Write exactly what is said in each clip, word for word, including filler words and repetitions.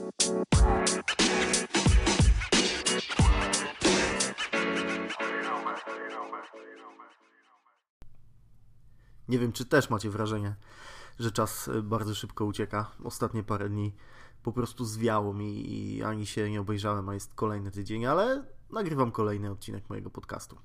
Nie wiem, czy też macie wrażenie, że czas bardzo szybko ucieka. Ostatnie parę dni po prostu zwiało mi i ani się nie obejrzałem, a jest kolejny tydzień, ale nagrywam kolejny odcinek mojego podcastu.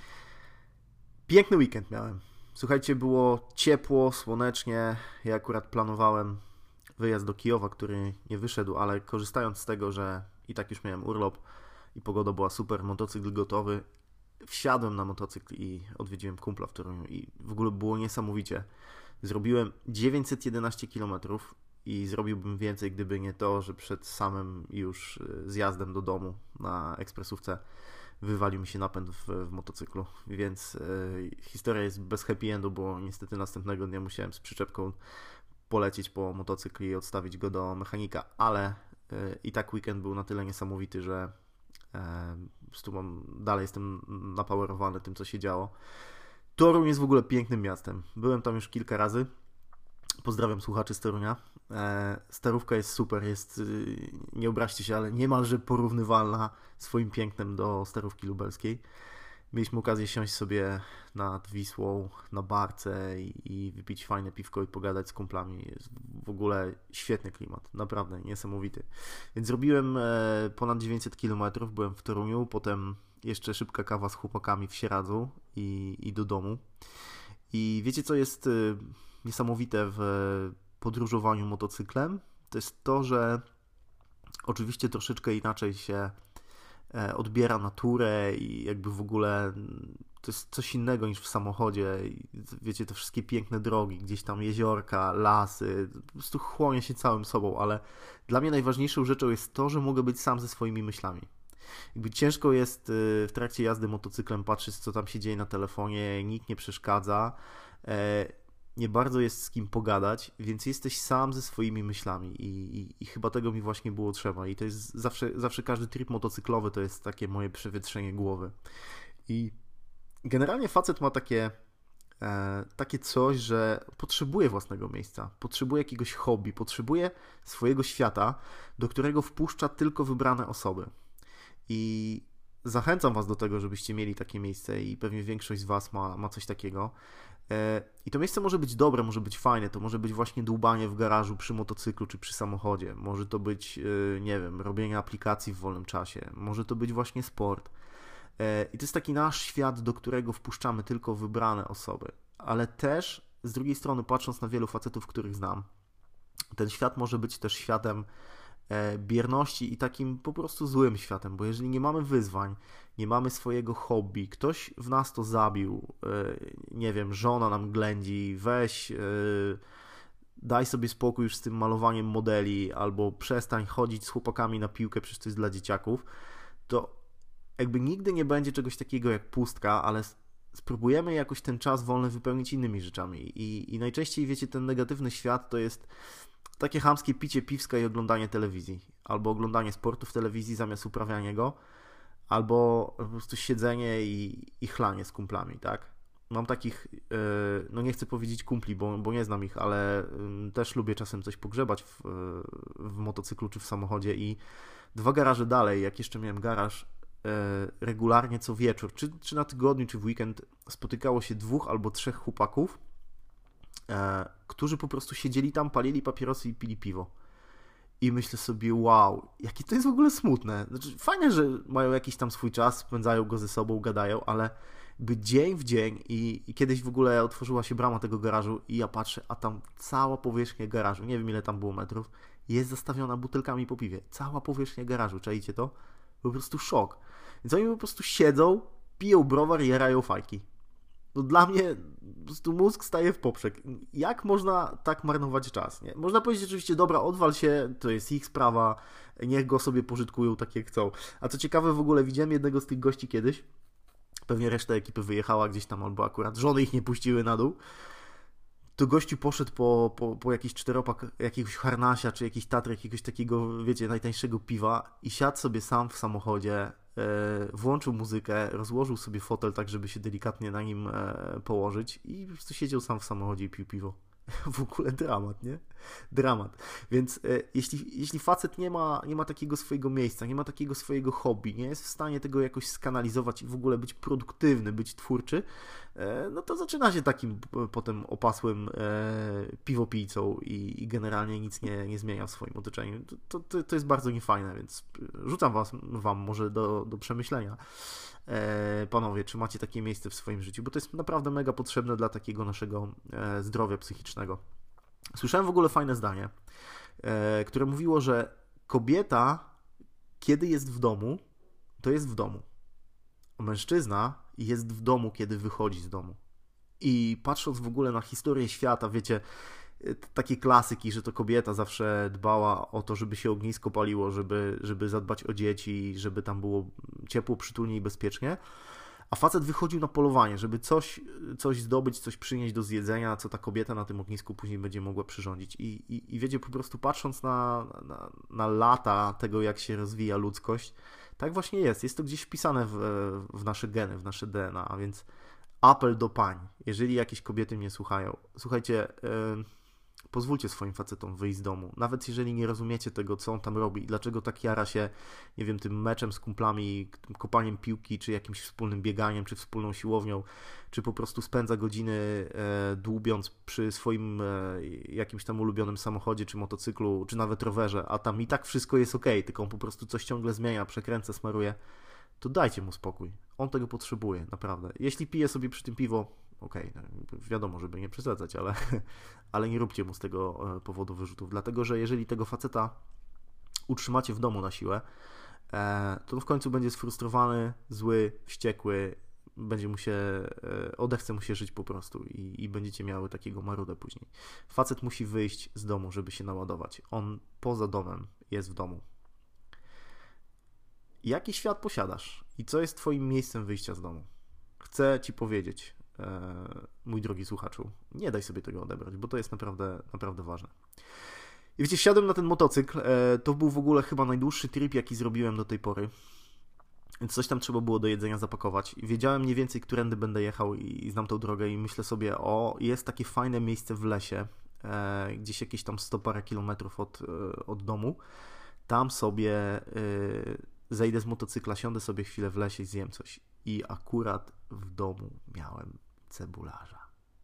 Piękny weekend miałem. Słuchajcie, było ciepło, słonecznie. Ja akurat planowałem wyjazd do Kijowa, który nie wyszedł, ale korzystając z tego, że i tak już miałem urlop i pogoda była super, motocykl gotowy, wsiadłem na motocykl i odwiedziłem kumpla w Toruniu i w ogóle było niesamowicie. Zrobiłem dziewięćset jedenaście kilometrów i zrobiłbym więcej, gdyby nie to, że przed samym już zjazdem do domu na ekspresówce wywalił mi się napęd w, w motocyklu, więc yy, historia jest bez happy endu, bo niestety następnego dnia musiałem z przyczepką polecieć po motocykl i odstawić go do mechanika, ale yy, i tak weekend był na tyle niesamowity, że yy, po prostu mam, dalej jestem napowerowany tym, co się działo. Toruń jest w ogóle pięknym miastem. Byłem tam już kilka razy. Pozdrawiam słuchaczy z Torunia. E, starówka jest super, jest, y, nie obraźcie się, ale niemalże porównywalna swoim pięknem do Starówki Lubelskiej. Mieliśmy okazję siąść sobie nad Wisłą, na barce i, i wypić fajne piwko i pogadać z kumplami. Jest w ogóle świetny klimat, naprawdę niesamowity. Więc zrobiłem e, ponad dziewięćset kilometrów, byłem w Toruniu, potem jeszcze szybka kawa z chłopakami w Sieradzu i, i do domu. I wiecie, co jest y, niesamowite w podróżowaniu motocyklem? To jest to, że oczywiście troszeczkę inaczej się e, odbiera naturę i jakby w ogóle to jest coś innego niż w samochodzie. I, wiecie, te wszystkie piękne drogi, gdzieś tam jeziorka, lasy, po prostu chłonie się całym sobą, ale dla mnie najważniejszą rzeczą jest to, że mogę być sam ze swoimi myślami. Jakby ciężko jest w trakcie jazdy motocyklem patrzeć, co tam się dzieje na telefonie, nikt nie przeszkadza, nie bardzo jest z kim pogadać, więc jesteś sam ze swoimi myślami i, i, i chyba tego mi właśnie było trzeba i to jest zawsze, zawsze każdy trip motocyklowy to jest takie moje przewietrzenie głowy i generalnie facet ma takie e, takie coś, że potrzebuje własnego miejsca, potrzebuje jakiegoś hobby, potrzebuje swojego świata, do którego wpuszcza tylko wybrane osoby. I zachęcam Was do tego, żebyście mieli takie miejsce i pewnie większość z Was ma, ma coś takiego. I to miejsce może być dobre, może być fajne, to może być właśnie dłubanie w garażu przy motocyklu czy przy samochodzie, może to być, nie wiem, robienie aplikacji w wolnym czasie, może to być właśnie sport. I to jest taki nasz świat, do którego wpuszczamy tylko wybrane osoby, ale też z drugiej strony, patrząc na wielu facetów, których znam, ten świat może być też światem bierności i takim po prostu złym światem, bo jeżeli nie mamy wyzwań, nie mamy swojego hobby, ktoś w nas to zabił, nie wiem, żona nam ględzi, weź, daj sobie spokój już z tym malowaniem modeli, albo przestań chodzić z chłopakami na piłkę, przecież to jest dla dzieciaków, to jakby nigdy nie będzie czegoś takiego jak pustka, ale spróbujemy jakoś ten czas wolny wypełnić innymi rzeczami i, i najczęściej, wiecie, ten negatywny świat to jest takie chamskie picie piwska i oglądanie telewizji. Albo oglądanie sportu w telewizji zamiast uprawiania go, albo po prostu siedzenie i, i chlanie z kumplami, tak? Mam takich, no nie chcę powiedzieć kumpli, bo, bo nie znam ich, ale też lubię czasem coś pogrzebać w, w motocyklu czy w samochodzie i dwa garaże dalej, jak jeszcze miałem garaż, regularnie co wieczór, czy, czy na tygodniu, czy w weekend spotykało się dwóch albo trzech chłopaków, E, którzy po prostu siedzieli tam, palili papierosy i pili piwo. I myślę sobie, wow, jakie to jest w ogóle smutne. Znaczy, fajnie, że mają jakiś tam swój czas, spędzają go ze sobą, gadają, ale by dzień w dzień i, i kiedyś w ogóle otworzyła się brama tego garażu i ja patrzę, a tam cała powierzchnia garażu, nie wiem ile tam było metrów, jest zastawiona butelkami po piwie. Cała powierzchnia garażu, czaicie to? Po prostu szok. Więc oni po prostu siedzą, piją browar i jarają fajki. No dla mnie po prostu mózg staje w poprzek. Jak można tak marnować czas? Nie? Można powiedzieć oczywiście, dobra, odwal się, to jest ich sprawa, niech go sobie pożytkują tak jak chcą. A co ciekawe, w ogóle widziałem jednego z tych gości kiedyś, pewnie reszta ekipy wyjechała gdzieś tam, albo akurat żony ich nie puściły na dół, to gościu poszedł po, po, po jakiś czteropak jakiegoś harnasia, czy jakiś tatr, jakiegoś takiego, wiecie, najtańszego piwa i siadł sobie sam w samochodzie, włączył muzykę, rozłożył sobie fotel tak, żeby się delikatnie na nim położyć i po prostu siedział sam w samochodzie i pił piwo. W ogóle dramat, nie? Dramat. Więc e, jeśli, jeśli facet nie ma, nie ma takiego swojego miejsca, nie ma takiego swojego hobby, nie jest w stanie tego jakoś skanalizować i w ogóle być produktywny, być twórczy, e, no to zaczyna się takim potem opasłym e, piwopijcą i, i generalnie nic nie, nie zmienia w swoim otoczeniu. To, to, to jest bardzo niefajne, więc rzucam was, wam może do, do przemyślenia. E, panowie, czy macie takie miejsce w swoim życiu, bo to jest naprawdę mega potrzebne dla takiego naszego e, zdrowia psychicznego. Słyszałem w ogóle fajne zdanie, e, które mówiło, że kobieta, kiedy jest w domu, to jest w domu, a mężczyzna jest w domu, kiedy wychodzi z domu. I patrząc w ogóle na historię świata, wiecie, takie klasyki, że to kobieta zawsze dbała o to, żeby się ognisko paliło, żeby, żeby zadbać o dzieci, żeby tam było ciepło, przytulnie i bezpiecznie, a facet wychodził na polowanie, żeby coś, coś zdobyć, coś przynieść do zjedzenia, co ta kobieta na tym ognisku później będzie mogła przyrządzić. I, i, i wiecie, po prostu patrząc na, na, na lata tego, jak się rozwija ludzkość, tak właśnie jest. Jest to gdzieś wpisane w, w nasze geny, w nasze D N A, a więc apel do pań. Jeżeli jakieś kobiety mnie słuchają, słuchajcie, yy, pozwólcie swoim facetom wyjść z domu. Nawet jeżeli nie rozumiecie tego, co on tam robi i dlaczego tak jara się, nie wiem, tym meczem z kumplami, kopaniem piłki, czy jakimś wspólnym bieganiem, czy wspólną siłownią, czy po prostu spędza godziny e, dłubiąc przy swoim e, jakimś tam ulubionym samochodzie, czy motocyklu, czy nawet rowerze, a tam i tak wszystko jest okej, tylko on po prostu coś ciągle zmienia, przekręca, smaruje, to dajcie mu spokój. On tego potrzebuje, naprawdę. Jeśli pije sobie przy tym piwo, okej, okay, wiadomo, żeby nie przesadzać, ale, ale nie róbcie mu z tego powodu wyrzutów, dlatego że jeżeli tego faceta utrzymacie w domu na siłę, to on w końcu będzie sfrustrowany, zły, wściekły, będzie mu się, odechce mu się żyć po prostu i, i będziecie miały takiego marudę później. Facet musi wyjść z domu, żeby się naładować. On poza domem jest w domu. Jaki świat posiadasz i co jest twoim miejscem wyjścia z domu? Chcę ci powiedzieć, mój drogi słuchaczu, nie daj sobie tego odebrać, bo to jest naprawdę, naprawdę ważne. I wiecie, wsiadłem na ten motocykl, to był w ogóle chyba najdłuższy trip, jaki zrobiłem do tej pory, więc coś tam trzeba było do jedzenia zapakować. I wiedziałem mniej więcej, którędy będę jechał i znam tą drogę i myślę sobie, o, jest takie fajne miejsce w lesie, gdzieś jakieś tam sto parę kilometrów od, od domu, tam sobie zejdę z motocykla, siądę sobie chwilę w lesie i zjem coś. I akurat w domu miałem cebularza.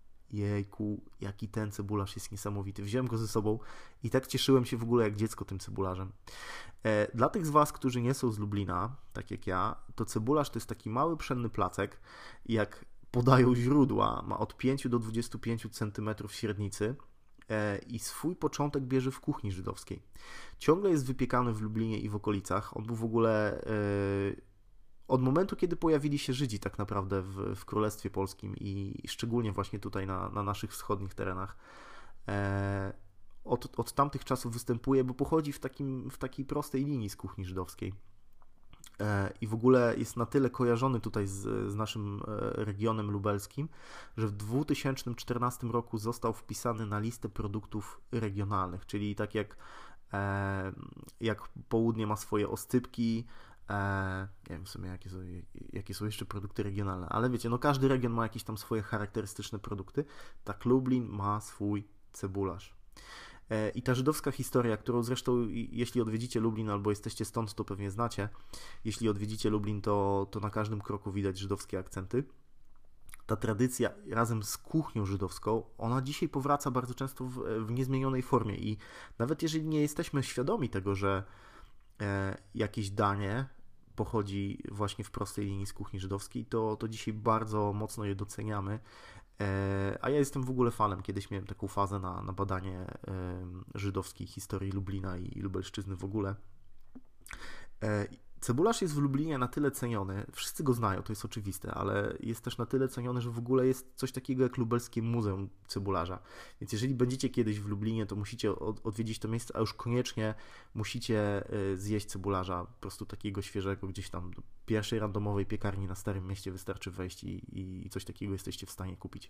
Jejku, jaki ten cebularz jest niesamowity. Wziąłem go ze sobą i tak cieszyłem się w ogóle jak dziecko tym cebularzem. E, dla tych z was, którzy nie są z Lublina, tak jak ja, to cebularz to jest taki mały, pszenny placek. Jak podają źródła, ma od pięć do dwudziestu pięciu centymetrów średnicy e, i swój początek bierze w kuchni żydowskiej. Ciągle jest wypiekany w Lublinie i w okolicach. On był w ogóle... E, Od momentu, kiedy pojawili się Żydzi tak naprawdę w, w Królestwie Polskim i szczególnie właśnie tutaj na, na naszych wschodnich terenach, e, od, od tamtych czasów występuje, bo pochodzi w, takim, w takiej prostej linii z kuchni żydowskiej. E, I w ogóle jest na tyle kojarzony tutaj z, z naszym regionem lubelskim, że w dwa tysiące czternastym roku został wpisany na listę produktów regionalnych, czyli tak jak, e, jak południe ma swoje oscypki, E, nie wiem w sumie jakie są, jakie są jeszcze produkty regionalne, ale wiecie, no każdy region ma jakieś tam swoje charakterystyczne produkty. Tak Lublin ma swój cebularz. E, I ta żydowska historia, którą zresztą jeśli odwiedzicie Lublin albo jesteście stąd, to pewnie znacie. Jeśli odwiedzicie Lublin, to, to na każdym kroku widać żydowskie akcenty. Ta tradycja razem z kuchnią żydowską, ona dzisiaj powraca bardzo często w, w niezmienionej formie i nawet jeżeli nie jesteśmy świadomi tego, że e, jakieś danie pochodzi właśnie w prostej linii z kuchni żydowskiej, to, to dzisiaj bardzo mocno je doceniamy. E, a ja jestem w ogóle fanem. Kiedyś miałem taką fazę na, na badanie e, żydowskiej historii Lublina i, i Lubelszczyzny w ogóle. E, Cebularz jest w Lublinie na tyle ceniony, wszyscy go znają, to jest oczywiste, ale jest też na tyle ceniony, że w ogóle jest coś takiego jak lubelskie Muzeum Cebularza. Więc jeżeli będziecie kiedyś w Lublinie, to musicie odwiedzić to miejsce, a już koniecznie musicie zjeść cebularza, po prostu takiego świeżego, gdzieś tam do pierwszej randomowej piekarni na Starym Mieście wystarczy wejść i, i coś takiego jesteście w stanie kupić.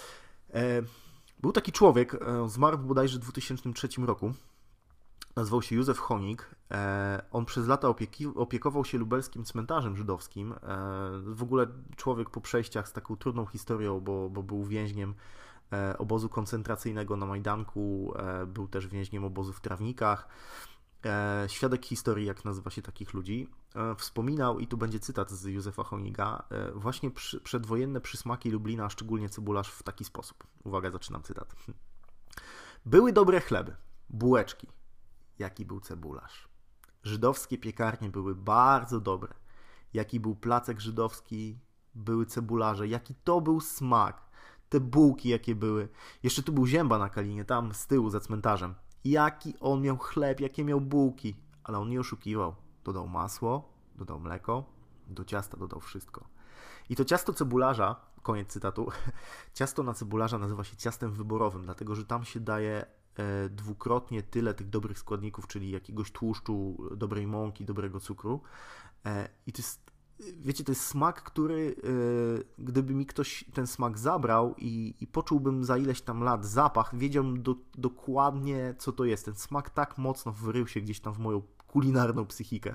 Był taki człowiek, zmarł bodajże w dwa tysiące trzecim roku. Nazywał się Józef Honik. On przez lata opieki, opiekował się lubelskim cmentarzem żydowskim. W ogóle człowiek po przejściach z taką trudną historią, bo, bo był więźniem obozu koncentracyjnego na Majdanku, był też więźniem obozu w Trawnikach. Świadek historii, jak nazywa się takich ludzi, wspominał, i tu będzie cytat z Józefa Honiga, właśnie przy, przedwojenne przysmaki Lublina, a szczególnie cebularz, w taki sposób. Uwaga, zaczynam cytat. Były dobre chleby, bułeczki. Jaki był cebularz. Żydowskie piekarnie były bardzo dobre. Jaki był placek żydowski, były cebularze. Jaki to był smak. Te bułki, jakie były. Jeszcze tu był Zięba na Kalinie, tam z tyłu za cmentarzem. Jaki on miał chleb, jakie miał bułki. Ale on nie oszukiwał. Dodał masło, dodał mleko, do ciasta dodał wszystko. I to ciasto cebularza, koniec cytatu, ciasto na cebularza nazywa się ciastem wyborowym, dlatego że tam się daje e, dwukrotnie tyle tych dobrych składników, czyli jakiegoś tłuszczu, dobrej mąki, dobrego cukru. E, I to jest, wiecie, to jest smak, który e, gdyby mi ktoś ten smak zabrał i, i poczułbym za ileś tam lat zapach, wiedziałbym do, dokładnie, co to jest. Ten smak tak mocno wrył się gdzieś tam w moją kulinarną psychikę.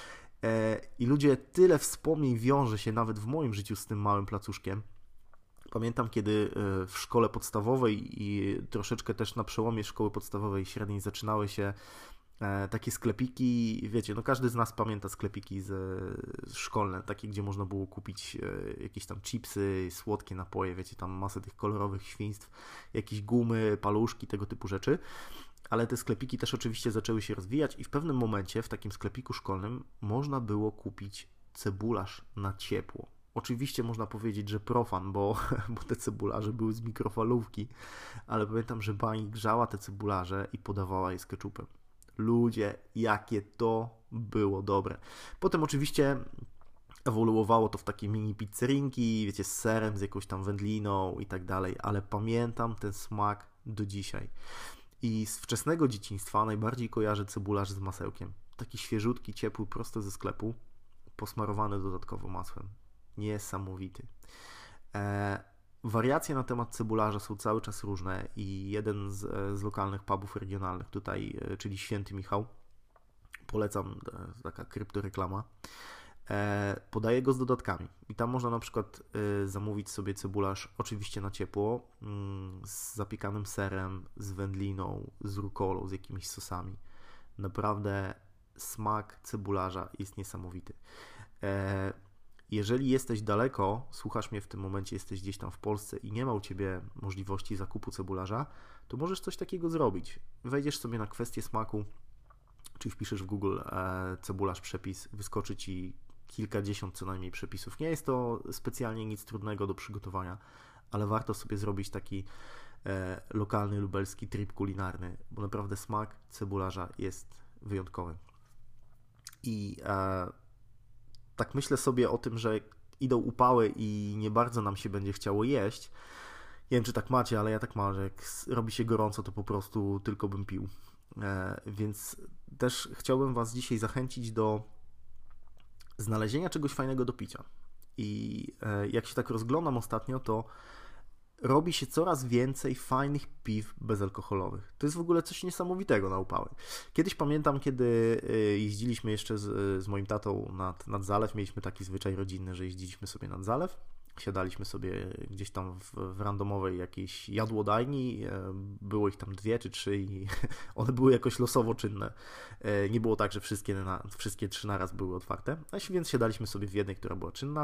I ludzie, tyle wspomnień wiąże się nawet w moim życiu z tym małym placuszkiem. Pamiętam, kiedy w szkole podstawowej i troszeczkę też na przełomie szkoły podstawowej i średniej zaczynały się takie sklepiki, wiecie, no każdy z nas pamięta sklepiki z, z szkolne, takie, gdzie można było kupić jakieś tam chipsy, słodkie napoje, wiecie, tam masę tych kolorowych świństw, jakieś gumy, paluszki, tego typu rzeczy. Ale te sklepiki też oczywiście zaczęły się rozwijać i w pewnym momencie w takim sklepiku szkolnym można było kupić cebularz na ciepło. Oczywiście można powiedzieć, że profan, bo, bo te cebularze były z mikrofalówki, ale pamiętam, że pani grzała te cebularze i podawała je z keczupem. Ludzie, jakie to było dobre. Potem oczywiście ewoluowało to w takie mini pizzerinki, wiecie, z serem, z jakąś tam wędliną i tak dalej, ale pamiętam ten smak do dzisiaj. I z wczesnego dzieciństwa najbardziej kojarzę cebularz z masełkiem. Taki świeżutki, ciepły, prosto ze sklepu, posmarowany dodatkowo masłem. Niesamowity. E, wariacje na temat cebularza są cały czas różne i jeden z, z lokalnych pubów regionalnych tutaj, czyli Święty Michał, polecam, taka kryptoreklama, e, podaje go z dodatkami. I tam można na przykład e, zamówić sobie cebularz oczywiście na ciepło, mm, z zapiekanym serem, z wędliną, z rukolą, z jakimiś sosami. Naprawdę smak cebularza jest niesamowity. E, jeżeli jesteś daleko, słuchasz mnie w tym momencie, jesteś gdzieś tam w Polsce i nie ma u Ciebie możliwości zakupu cebularza, to możesz coś takiego zrobić. Wejdziesz sobie na kwestię smaku, czy wpiszesz w Google e, cebularz przepis, wyskoczy Ci kilkadziesiąt co najmniej przepisów. Nie jest to specjalnie nic trudnego do przygotowania, ale warto sobie zrobić taki e, lokalny, lubelski trip kulinarny, bo naprawdę smak cebularza jest wyjątkowy. I e, tak myślę sobie o tym, że idą upały i nie bardzo nam się będzie chciało jeść. Nie wiem, czy tak macie, ale ja tak mam, że jak robi się gorąco, to po prostu tylko bym pił. E, więc też chciałbym Was dzisiaj zachęcić do znalezienia czegoś fajnego do picia. I e, jak się tak rozglądam ostatnio, to robi się coraz więcej fajnych piw bezalkoholowych. To jest w ogóle coś niesamowitego na upały. Kiedyś pamiętam, kiedy jeździliśmy jeszcze z, z moim tatą nad, nad zalew, mieliśmy taki zwyczaj rodzinny, że jeździliśmy sobie nad zalew, siadaliśmy sobie gdzieś tam w, w randomowej jakiejś jadłodajni, było ich tam dwie czy trzy i one były jakoś losowo czynne. Nie było tak, że wszystkie, na, wszystkie trzy naraz były otwarte, więc siadaliśmy sobie w jednej, która była czynna.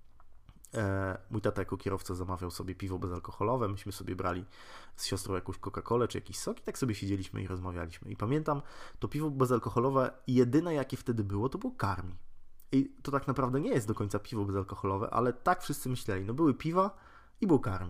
Mój tata jako kierowca zamawiał sobie piwo bezalkoholowe, myśmy sobie brali z siostrą jakąś Coca-Colę czy jakiś sok i tak sobie siedzieliśmy i rozmawialiśmy. I pamiętam, to piwo bezalkoholowe, jedyne jakie wtedy było, to było Karmi. I to tak naprawdę nie jest do końca piwo bezalkoholowe, ale tak wszyscy myśleli. No były piwa i było Karmi.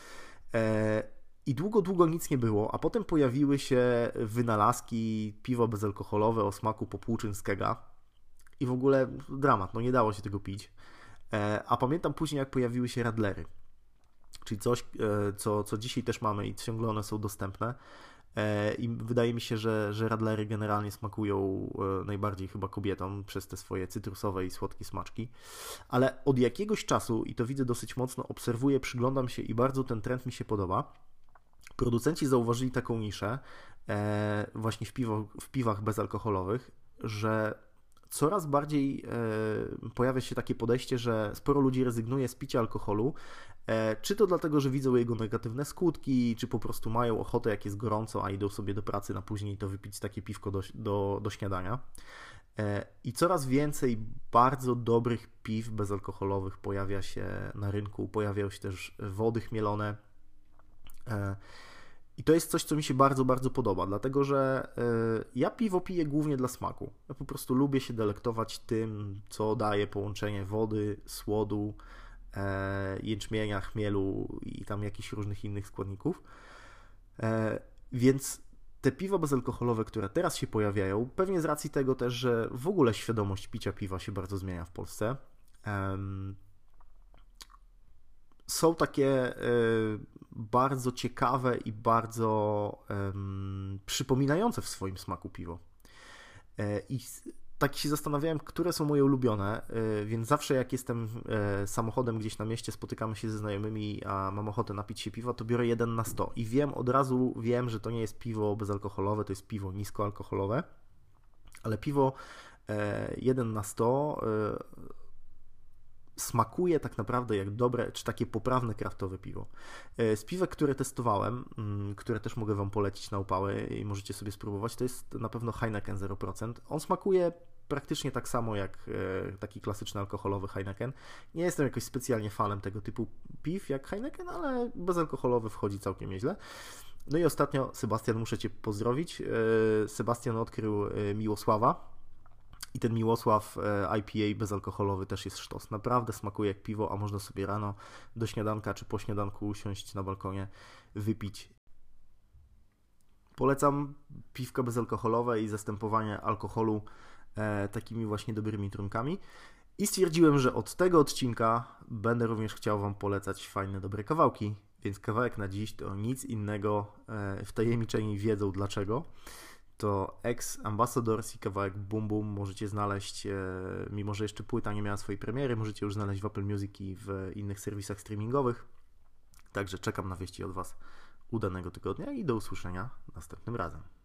I długo, długo nic nie było, a potem pojawiły się wynalazki piwo bezalkoholowe o smaku popłuczynskiego i w ogóle dramat, no nie dało się tego pić. A pamiętam później, jak pojawiły się radlery, czyli coś, co, co dzisiaj też mamy i ciągle one są dostępne. I wydaje mi się, że, że radlery generalnie smakują najbardziej chyba kobietom przez te swoje cytrusowe i słodkie smaczki. Ale od jakiegoś czasu, i to widzę dosyć mocno, obserwuję, przyglądam się i bardzo ten trend mi się podoba. Producenci zauważyli taką niszę właśnie w, piwo, w piwach bezalkoholowych, że coraz bardziej e, pojawia się takie podejście, że sporo ludzi rezygnuje z picia alkoholu, e, czy to dlatego, że widzą jego negatywne skutki, czy po prostu mają ochotę, jak jest gorąco, a idą sobie do pracy na później, to wypić takie piwko do, do, do śniadania. E, I coraz więcej bardzo dobrych piw bezalkoholowych pojawia się na rynku, pojawiają się też wody chmielone. E, I to jest coś, co mi się bardzo, bardzo podoba, dlatego że y, ja piwo piję głównie dla smaku. Ja po prostu lubię się delektować tym, co daje połączenie wody, słodu, e, jęczmienia, chmielu i tam jakichś różnych innych składników. E, więc te piwa bezalkoholowe, które teraz się pojawiają, pewnie z racji tego też, że w ogóle świadomość picia piwa się bardzo zmienia w Polsce, em, są takie y, bardzo ciekawe i bardzo y, przypominające w swoim smaku piwo. Y, I tak się zastanawiałem, które są moje ulubione, y, więc zawsze jak jestem y, samochodem gdzieś na mieście, spotykamy się ze znajomymi, a mam ochotę napić się piwa, to biorę jeden na sto. I wiem, od razu wiem, że to nie jest piwo bezalkoholowe, to jest piwo niskoalkoholowe, ale piwo y, jeden na sto y, smakuje tak naprawdę jak dobre, czy takie poprawne kraftowe piwo. Z piwek, które testowałem, które też mogę Wam polecić na upały i możecie sobie spróbować, to jest na pewno Heineken zero procent. On smakuje praktycznie tak samo jak taki klasyczny alkoholowy Heineken. Nie jestem jakoś specjalnie fanem tego typu piw jak Heineken, ale bezalkoholowy wchodzi całkiem nieźle. No i ostatnio, Sebastian, muszę Cię pozdrowić. Sebastian odkrył Miłosława. I ten Miłosław I P A bezalkoholowy też jest sztos. Naprawdę smakuje jak piwo, a można sobie rano do śniadanka czy po śniadanku usiąść na balkonie, wypić. Polecam piwka bezalkoholowe i zastępowanie alkoholu e, takimi właśnie dobrymi trunkami. I stwierdziłem, że od tego odcinka będę również chciał Wam polecać fajne, dobre kawałki. Więc kawałek na dziś to nic innego, e, wtajemniczeni wiedzą dlaczego. To Ex-Ambassadors i kawałek Boom Boom możecie znaleźć, e, mimo że jeszcze płyta nie miała swojej premiery, możecie już znaleźć w Apple Music i w innych serwisach streamingowych. Także czekam na wieści od Was udanego tygodnia i do usłyszenia następnym razem.